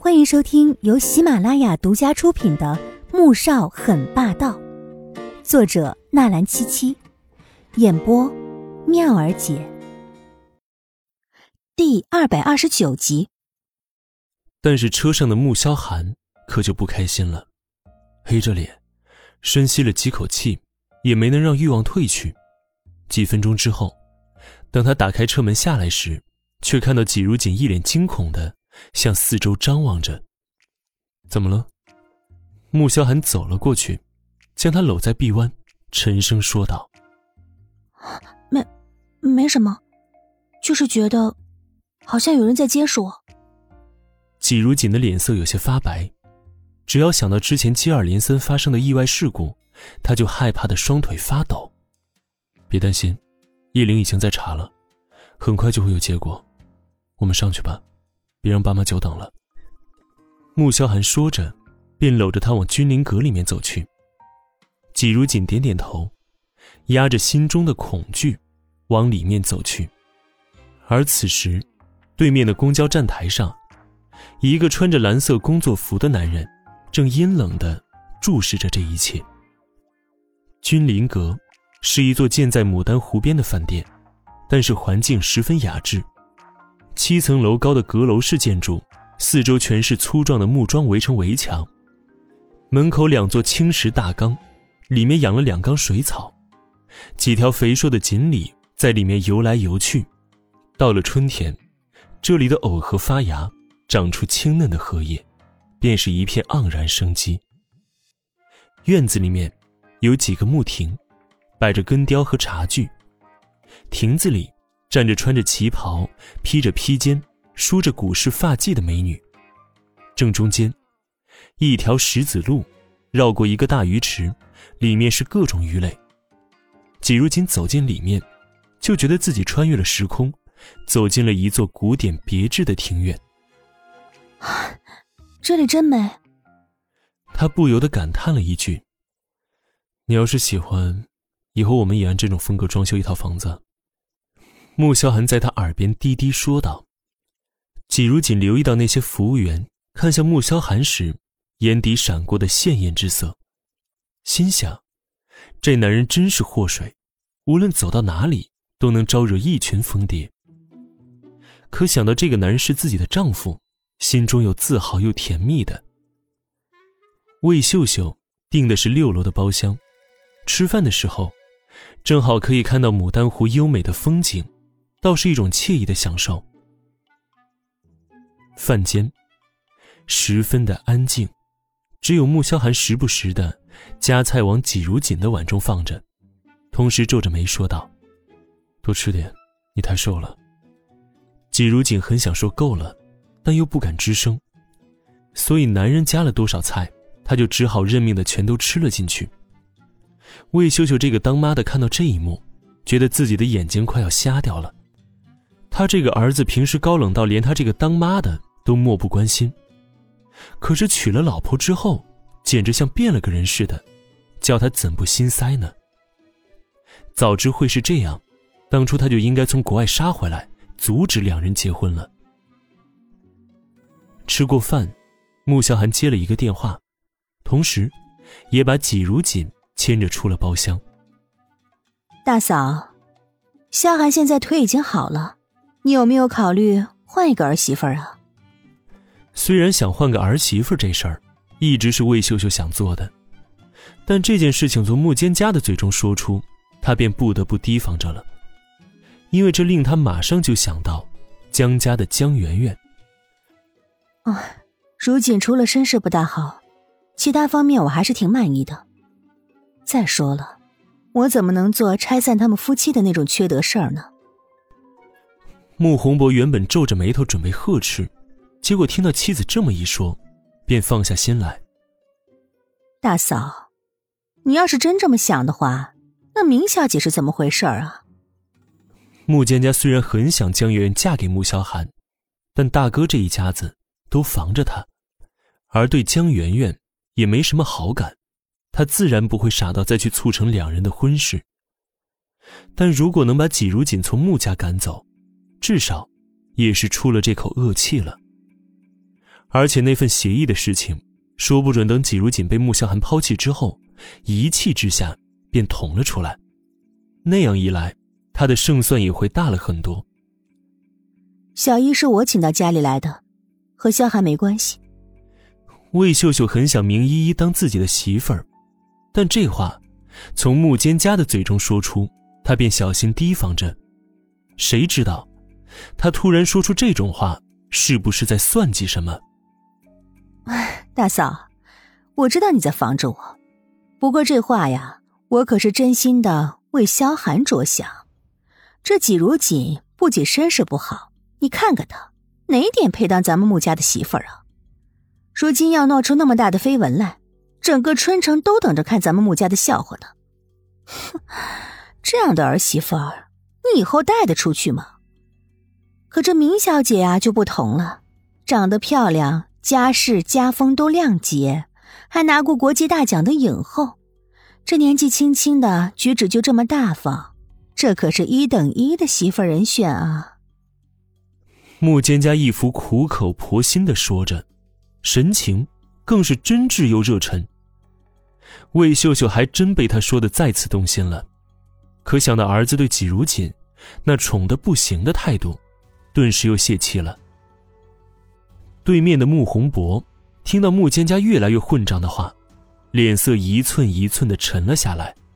欢迎收听由喜马拉雅独家出品的《穆少很霸道》，作者纳兰七七，演播妙儿姐，第229集。 但是车上的穆萧寒可就不开心了，黑着脸，深吸了几口气，也没能让欲望退去。几分钟之后，当他打开车门下来时，却看到季如锦一脸惊恐地向四周张望着。怎么了？穆萧寒走了过去，将他搂在臂弯，沉声说道： 没什么，就是觉得好像有人在监视我。 季如锦的脸色有些发白，只要想到之前接二连三发生的意外事故，他就害怕的双腿发抖。别担心，叶灵已经在查了，很快就会有结果。我们上去吧，别让爸妈久等了。穆萧寒说着，便搂着他往君临阁里面走去。季如锦点点头，压着心中的恐惧往里面走去。而此时，对面的公交站台上，一个穿着蓝色工作服的男人正阴冷地注视着这一切。君临阁是一座建在牡丹湖边的饭店，但是环境十分雅致。7层楼高的阁楼式建筑，四周全是粗壮的木桩围成围墙。门口2座青石大缸，里面养了2缸水草，几条肥硕的锦鲤在里面游来游去。到了春天，这里的藕荷发芽，长出青嫩的荷叶，便是一片盎然生机。院子里面有几个木亭，摆着根雕和茶具。亭子里站着穿着旗袍、披着披肩、梳着古式发髻的美女。正中间，一条石子路绕过一个大鱼池，里面是各种鱼类。季如锦走进里面，就觉得自己穿越了时空，走进了一座古典别致的庭院。 这里真美。 他不由得感叹了一句：你要是喜欢，以后我们也按这种风格装修一套房子。穆萧寒在他耳边低低说道。季如锦留意到那些服务员看向穆萧寒时，眼底闪过的鲜艳之色，心想，这男人真是祸水，无论走到哪里都能招惹一群疯蝶。可想到这个男人是自己的丈夫，心中又自豪又甜蜜的。魏秀秀订的是6楼的包厢，吃饭的时候正好可以看到牡丹湖优美的风景，倒是一种惬意的享受。饭间十分的安静，只有穆萧寒时不时的夹菜往季如锦的碗中放着，同时皱着眉说道：多吃点，你太瘦了。季如锦很想说够了，但又不敢吱声，所以男人夹了多少菜，他就只好认命的全都吃了进去。魏秀秀这个当妈的看到这一幕，觉得自己的眼睛快要瞎掉了。他这个儿子平时高冷到连他这个当妈的都漠不关心，可是娶了老婆之后，简直像变了个人似的，叫他怎不心塞呢？早知会是这样，当初他就应该从国外杀回来，阻止2人结婚了。吃过饭，穆萧寒接了一个电话，同时也把季如锦牵着出了包厢。 大嫂，萧寒现在腿已经好了，你有没有考虑换一个儿媳妇啊？ 虽然想换个儿媳妇这事儿一直是魏秀秀想做的，但这件事情从穆蒹葭的嘴中说出，她便不得不提防着了，因为这令她马上就想到江家的江媛媛。 如锦除了身世不大好，其他方面我还是挺满意的。再说了，我怎么能做拆散他们夫妻的那种缺德事儿呢？ 穆宏博原本皱着眉头准备呵斥，结果听到妻子这么一说，便放下心来。 大嫂，你要是真这么想的话，那明小姐是怎么回事啊？ 穆蒹葭虽然很想江媛媛嫁给穆萧寒，但大哥这一家子都防着她，而对江媛媛也没什么好感，他自然不会傻到再去促成2人的婚事。但如果能把季如锦从穆家赶走，至少也是出了这口恶气了。 而且那份协议的事情，说不准等季如锦被穆萧寒抛弃之后，一气之下便捅了出来。那样一来，他的胜算也会大了很多。 小姨是我请到家里来的，和萧寒没关系。 魏秀秀很想明依依当自己的媳妇儿，但这话从穆蒹葭的嘴中说出，她便小心提防着。谁知道她突然说出这种话，是不是在算计什么？ 大嫂，我知道你在防着我，不过这话呀，我可是真心的为萧寒着想。这季如锦不仅身世不好，你看看他哪点配当咱们穆家的媳妇儿啊？如今要闹出那么大的绯闻来，整个春城都等着看咱们穆家的笑话呢。哼，这样的儿媳妇儿，你以后带得出去吗？可这明小姐啊就不同了，长得漂亮，家世家风都亮洁，还拿过国际大奖的影后，这年纪轻轻的举止就这么大方，这可是1等1的媳妇人选啊。 穆蒹葭一副苦口婆心地说着，神情更是真挚又热忱。魏秀秀还真被他说得再次动心了，可想到儿子对季如锦那宠得不行的态度，顿时又泄气了。对面的穆宏博听到穆蒹葭越来越混账的话，脸色一寸一寸地沉了下来。